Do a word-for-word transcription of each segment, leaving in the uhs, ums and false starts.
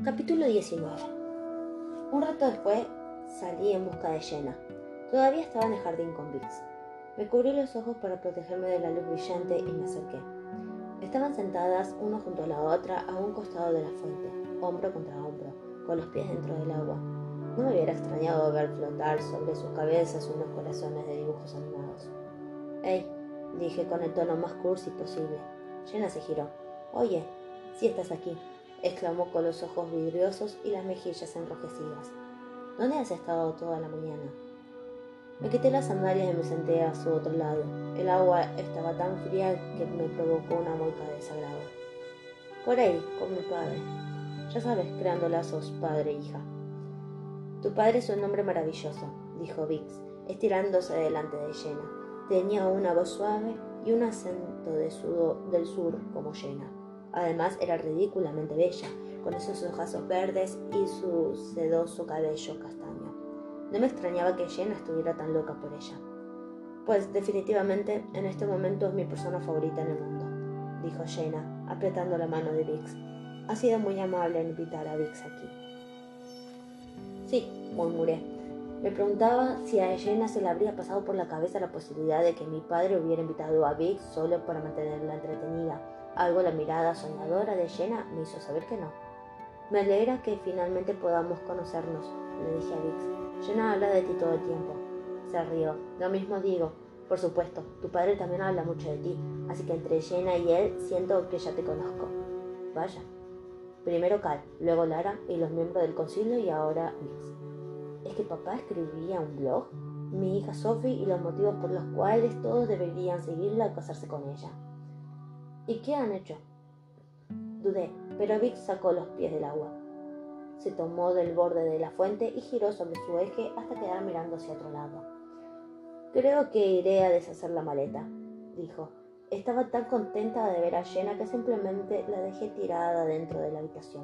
Capítulo diecinueve. Un rato después salí en busca de Jenna. Todavía estaba en el jardín con Vix. Me cubrí los ojos para protegerme de la luz brillante y me acerqué. Estaban sentadas una junto a la otra a un costado de la fuente, hombro contra hombro, con los pies dentro del agua. No me hubiera extrañado ver flotar sobre sus cabezas unos corazones de dibujos animados. «Hey», dije con el tono más cursi posible. Jenna se giró. «Oye, sí estás aquí», exclamó con los ojos vidriosos y las mejillas enrojecidas. «¿Dónde has estado toda la mañana?» Me quité las sandalias y me senté a su otro lado. El agua estaba tan fría que me provocó una mueca de desagrado. «Por ahí, con mi padre. Ya sabes, creando lazos padre e hija». «Tu padre es un hombre maravilloso», dijo Vix, estirándose delante de Jenna. Tenía una voz suave y un acento de sudo, del sur como Jenna. Además, era ridículamente bella, con esos ojazos verdes y su sedoso cabello castaño. No me extrañaba que Jenna estuviera tan loca por ella. «Pues definitivamente, en este momento es mi persona favorita en el mundo», dijo Jenna, apretando la mano de Vix. «Ha sido muy amable en invitar a Vix aquí». «Sí», murmuré. Me preguntaba si a Jenna se le habría pasado por la cabeza la posibilidad de que mi padre hubiera invitado a Vix solo para mantenerla entretenida. Algo la mirada soñadora de Jenna me hizo saber que no. «Me alegra que finalmente podamos conocernos», le dije a Vix. «Jenna habla de ti todo el tiempo». Se rió. «Lo mismo digo. Por supuesto, tu padre también habla mucho de ti, así que entre Jenna y él siento que ya te conozco». «Vaya. Primero Cal, luego Lara y los miembros del concilio y ahora Vix». ¿Es que papá escribía un blog? Mi hija Sophie y los motivos por los cuales todos deberían seguirla al casarse con ella. ¿Y qué han hecho?» Dudé, pero Vix sacó los pies del agua. Se tomó del borde de la fuente y giró sobre su eje hasta quedar mirando hacia otro lado. «Creo que iré a deshacer la maleta», dijo. Estaba tan contenta de ver a Jenna que simplemente la dejé tirada dentro de la habitación.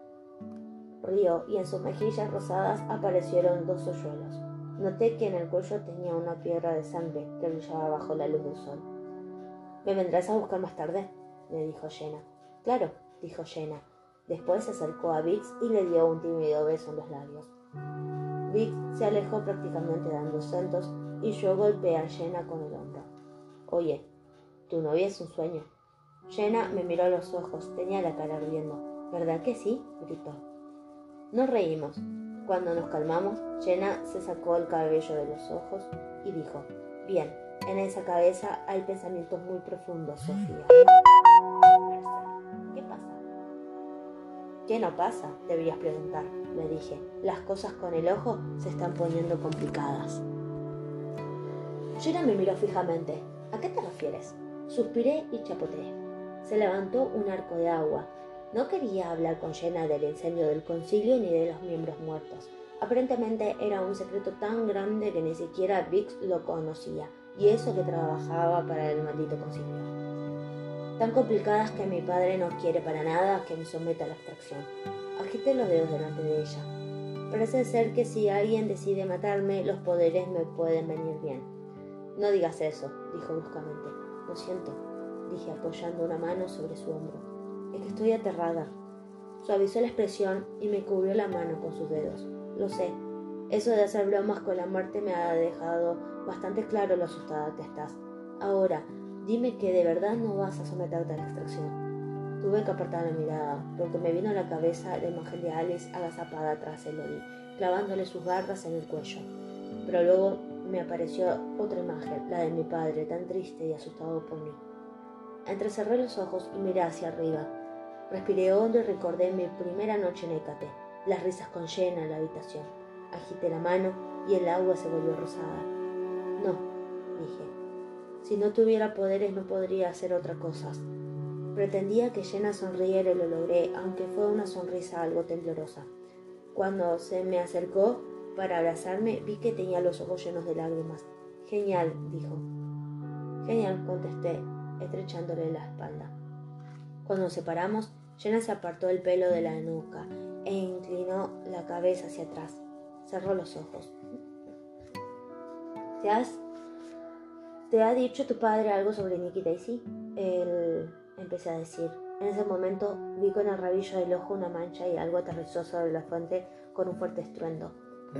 Rió y en sus mejillas rosadas aparecieron dos hoyuelos. Noté que en el cuello tenía una piedra de sangre que brillaba bajo la luz del sol. «¿Me vendrás a buscar más tarde?», le dijo Jenna. «Claro», dijo Jenna. Después se acercó a Vix y le dio un tímido beso en los labios. Vix se alejó prácticamente dando saltos y yo golpeé a Jenna con el hombro. «Oye, tu novia es un sueño». Jenna me miró a los ojos, tenía la cara ardiendo. «¿Verdad que sí?», gritó. Nos reímos. Cuando nos calmamos, Jenna se sacó el cabello de los ojos y dijo: «Bien, en esa cabeza hay pensamientos muy profundos, Sofía». «¿Qué pasa?» «¿Qué no pasa?», deberías preguntar, le dije. «Las cosas con el ojo se están poniendo complicadas». Jenna me miró fijamente. «¿A qué te refieres?». Suspiré y chapoteé. Se levantó un arco de agua. No quería hablar con Jenna del incendio del concilio ni de los miembros muertos. Aparentemente era un secreto tan grande que ni siquiera Vix lo conocía, y eso que trabajaba para el maldito concilio. Tan complicadas que mi padre no quiere para nada que me someta a la extracción. Agité los dedos delante de ella. Parece ser que si alguien decide matarme, los poderes me pueden venir bien. «No digas eso», dijo bruscamente. «Lo siento», dije apoyando una mano sobre su hombro. «Es que estoy aterrada». Suavizó la expresión y me cubrió la mano con sus dedos. «Lo sé. Eso de hacer bromas con la muerte me ha dejado bastante claro lo asustada que estás. Ahora, dime que de verdad no vas a someterte a la extracción». Tuve que apartar la mirada, porque me vino a la cabeza la imagen de Alice agazapada tras Elodie, clavándole sus garras en el cuello. Pero luego me apareció otra imagen, la de mi padre, tan triste y asustado por mí. Entrecerré los ojos y miré hacia arriba. Respiré hondo y recordé mi primera noche en Hécate, las risas con Jenna en la habitación. Agité la mano y el agua se volvió rosada. «No», dije. «Si no tuviera poderes no podría hacer otra cosa». Pretendía que Jenna sonriera y lo logré, aunque fue una sonrisa algo temblorosa. Cuando se me acercó para abrazarme, vi que tenía los ojos llenos de lágrimas. «Genial», dijo. «Genial», contesté, estrechándole la espalda. Cuando nos separamos, Jenna se apartó el pelo de la nuca e inclinó la cabeza hacia atrás. Cerró los ojos. ¿Te has... ¿Te ha dicho tu padre algo sobre Nick y Daisy?», Él... empecé a decir. En ese momento vi con el rabillo del ojo una mancha y algo aterrizó sobre la fuente con un fuerte estruendo.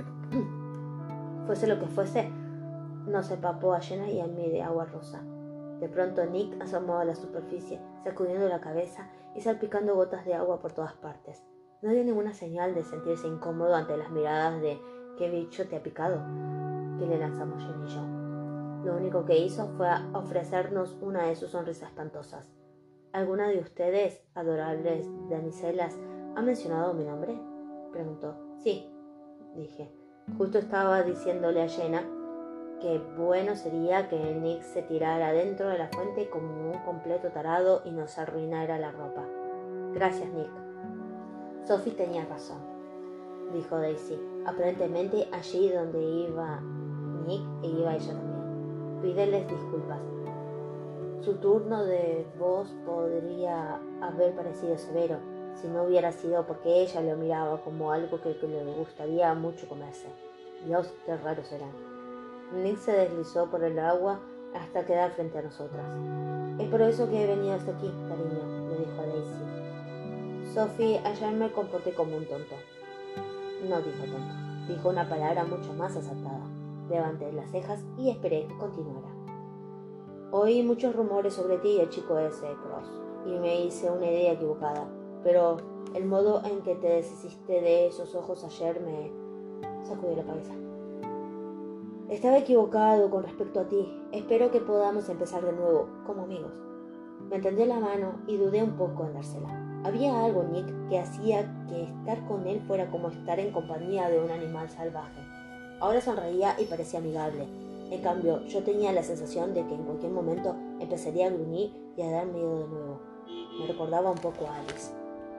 Fuese lo que fuese, nos empapó a llena y a mí de agua rosa. De pronto Nick asomó a la superficie, sacudiendo la cabeza y salpicando gotas de agua por todas partes. No dio ninguna señal de sentirse incómodo ante las miradas de «¿Qué bicho te ha picado?», que le lanzamos Jen y yo. Lo único que hizo fue ofrecernos una de sus sonrisas espantosas. «¿Alguna de ustedes, adorables damiselas, ha mencionado mi nombre?», preguntó. «Sí», dije. Justo estaba diciéndole a Jenna que bueno sería que Nick se tirara dentro de la fuente como un completo tarado y nos arruinara la ropa. «Gracias, Nick». «Sophie tenía razón», dijo Daisy. «Aparentemente allí donde iba Nick iba ella también. Pídeles disculpas. Su turno de voz podría haber parecido severo si no hubiera sido porque ella lo miraba como algo que le gustaría mucho comerse. Dios, qué raros eran». Nick se deslizó por el agua hasta quedar frente a nosotras. «Es por eso que he venido hasta aquí, cariño», le dijo a Daisy. «Sophie, ayer me comporté como un tonto». No dijo tonto, dijo una palabra mucho más acertada. Levanté las cejas y esperé que continuara. «Oí muchos rumores sobre ti y el chico ese, Cross, y me hice una idea equivocada, pero el modo en que te deshiciste de esos ojos ayer me sacudió la cabeza. Estaba equivocado con respecto a ti. Espero que podamos empezar de nuevo, como amigos». Me tendió la mano y dudé un poco en dársela. Había algo en Nick que hacía que estar con él fuera como estar en compañía de un animal salvaje. Ahora sonreía y parecía amigable. En cambio, yo tenía la sensación de que en cualquier momento empezaría a gruñir y a dar miedo de nuevo. Me recordaba un poco a Alice.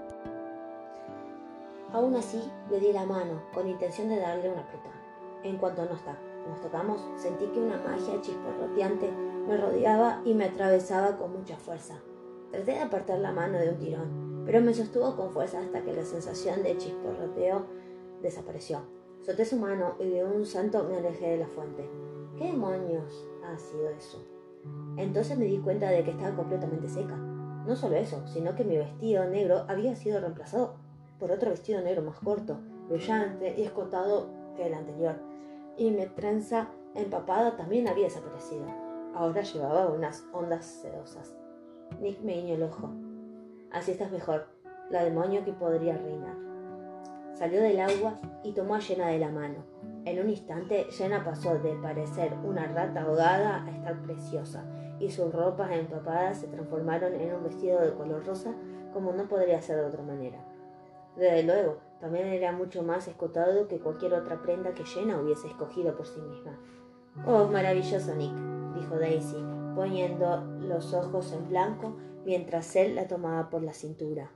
Aún así, le di la mano, con intención de darle un apretón. En cuanto nos, nos tocamos, sentí que una magia chisporroteante me rodeaba y me atravesaba con mucha fuerza. Traté de apartar la mano de un tirón, pero me sostuvo con fuerza hasta que la sensación de chisporroteo desapareció. Solté su mano y de un salto me alejé de la fuente. ¿Qué demonios ha sido eso? Entonces me di cuenta de que estaba completamente seca. No solo eso, sino que mi vestido negro había sido reemplazado por otro vestido negro más corto, brillante y escotado que el anterior, y mi trenza empapada también había desaparecido. Ahora llevaba unas ondas sedosas. Nick me guiñó el ojo. «Así estás mejor. La demonio que podría reinar». Salió del agua y tomó a Jenna de la mano. En un instante, Jenna pasó de parecer una rata ahogada a estar preciosa, y sus ropas empapadas se transformaron en un vestido de color rosa como no podría ser de otra manera. Desde luego, también era mucho más escotado que cualquier otra prenda que Jenna hubiese escogido por sí misma. «Oh, maravilloso, Nick», dijo Daisy, poniendo los ojos en blanco mientras él la tomaba por la cintura.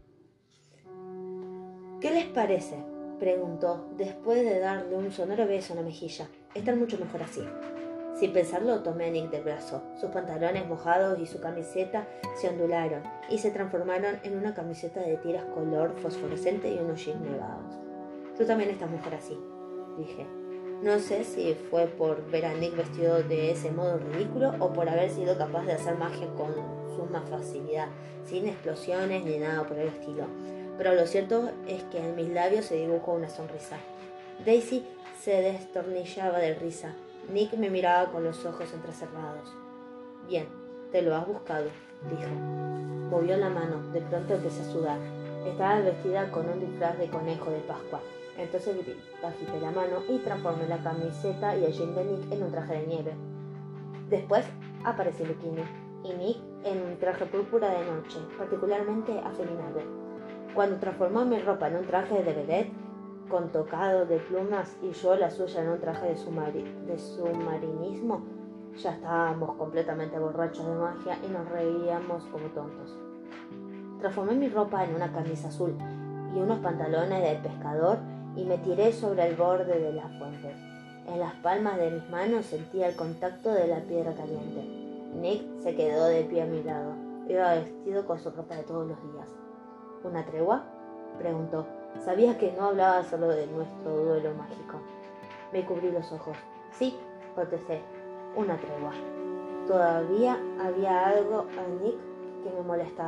«¿Qué les parece?», preguntó, después de darle un sonoro beso en la mejilla. «Están mucho mejor así». Sin pensarlo, tomé a Nick del brazo. Sus pantalones mojados y su camiseta se ondularon y se transformaron en una camiseta de tiras color fosforescente y unos jeans nevados. «Tú también estás mejor así», dije. No sé si fue por ver a Nick vestido de ese modo ridículo o por haber sido capaz de hacer magia con suma facilidad, sin explosiones ni nada por el estilo. Pero lo cierto es que en mis labios se dibujó una sonrisa. Daisy se destornillaba de risa. Nick me miraba con los ojos entrecerrados. «Bien, te lo has buscado», dijo. Movió la mano. De pronto empecé a sudar. Estaba vestida con un disfraz de conejo de Pascua. Entonces agité la mano y transformé la camiseta y el jean de Nick en un traje de nieve. Después apareció Bikini y Nick en un traje púrpura de noche, particularmente afeminado. Cuando transformó mi ropa en un traje de vedette, con tocado de plumas, y yo la suya en un traje de, submari de submarinismo, ya estábamos completamente borrachos de magia y nos reíamos como tontos. Transformé mi ropa en una camisa azul y unos pantalones de pescador y me tiré sobre el borde de la fuente. En las palmas de mis manos sentía el contacto de la piedra caliente. Nick se quedó de pie a mi lado. Iba vestido con su ropa de todos los días. ¿Una tregua?, preguntó. Sabía que no hablaba solo de nuestro duelo mágico. Me cubrí los ojos. «Sí», contesté, «una tregua». Todavía había algo a Nick que me molestaba.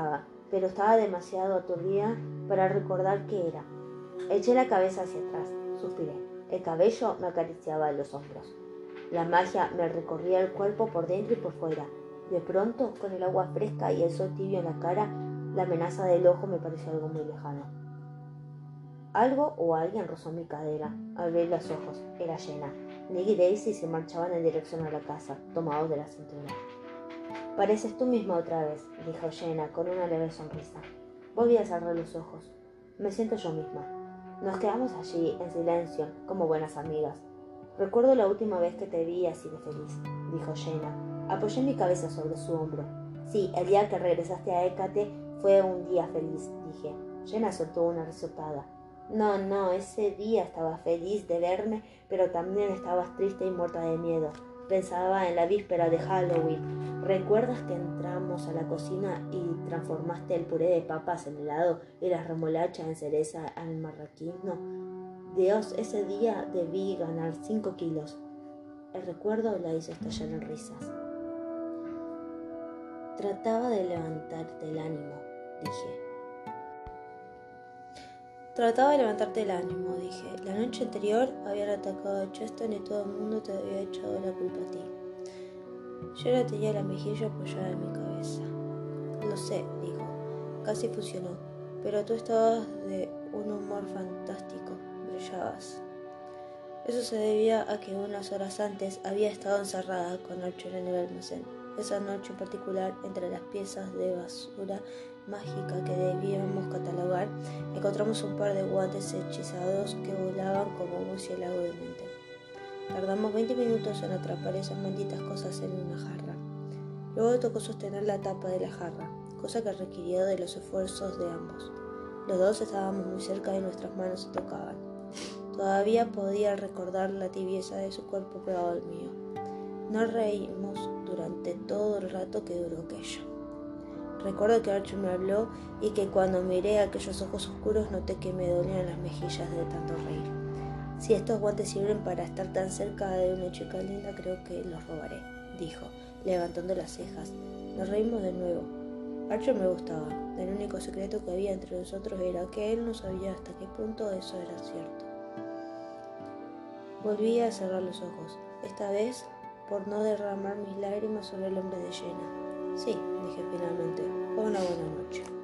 pero estaba demasiado aturdida para recordar qué era. Eché la cabeza hacia atrás, suspiré. El cabello me acariciaba los hombros. La magia me recorría el cuerpo por dentro y por fuera. De pronto, con el agua fresca y el sol tibio en la cara, la amenaza del ojo me pareció algo muy lejano. Algo o alguien rozó mi cadera. Abrí los ojos. Era Jenna. Nick y Daisy se marchaban en dirección a la casa, tomados de la cintura. «Pareces tú misma otra vez», dijo Jenna con una leve sonrisa. Volví a cerrar los ojos. Me siento yo misma. Nos quedamos allí, en silencio, como buenas amigas. «Recuerdo la última vez que te vi así de feliz», dijo Jenna. Apoyé mi cabeza sobre su hombro. «Sí, el día que regresaste a Hécate fue un día feliz», dije. Jenna soltó una risotada. «No, no, ese día estabas feliz de verme, pero también estabas triste y muerta de miedo. Pensaba en la víspera de Halloween. ¿Recuerdas que entramos a la cocina y transformaste el puré de papas en helado y las remolachas en cereza al marraquino? Dios, ese día debí ganar cinco kilos». El recuerdo la hizo estallar en risas. «Trataba de levantarte el ánimo», dije. Trataba de levantarte el ánimo, dije. La noche anterior habían atacado a Cheston y todo el mundo te había echado la culpa a ti. Yo no tenía la mejilla apoyada en mi cabeza. Lo sé, dijo. Casi funcionó, pero tú estabas de un humor fantástico. Brillabas. Eso se debía a que unas horas antes había estado encerrada con Archer en el almacén. Esa noche en particular, entre las piezas de basura mágica que debíamos catalogar, encontramos un par de guantes hechizados que volaban como un murciélago de mente. Tardamos veinte minutos en atrapar esas malditas cosas en una jarra. Luego tocó sostener la tapa de la jarra, cosa que requirió de los esfuerzos de ambos. Los dos estábamos muy cerca y nuestras manos se tocaban. Todavía podía recordar la tibieza de su cuerpo pegado al mío. Nos reímos durante todo el rato que duró aquello. Recuerdo que Archer me habló y que cuando miré aquellos ojos oscuros noté que me dolían las mejillas de tanto reír. Si estos guantes sirven para estar tan cerca de una chica linda, creo que los robaré, dijo, levantando las cejas. Nos reímos de nuevo. Archer me gustaba. El único secreto que había entre nosotros era que él no sabía hasta qué punto eso era cierto. Volví a cerrar los ojos, esta vez por no derramar mis lágrimas sobre el hombro de Jenna. Sí, dije finalmente, fue una buena noche.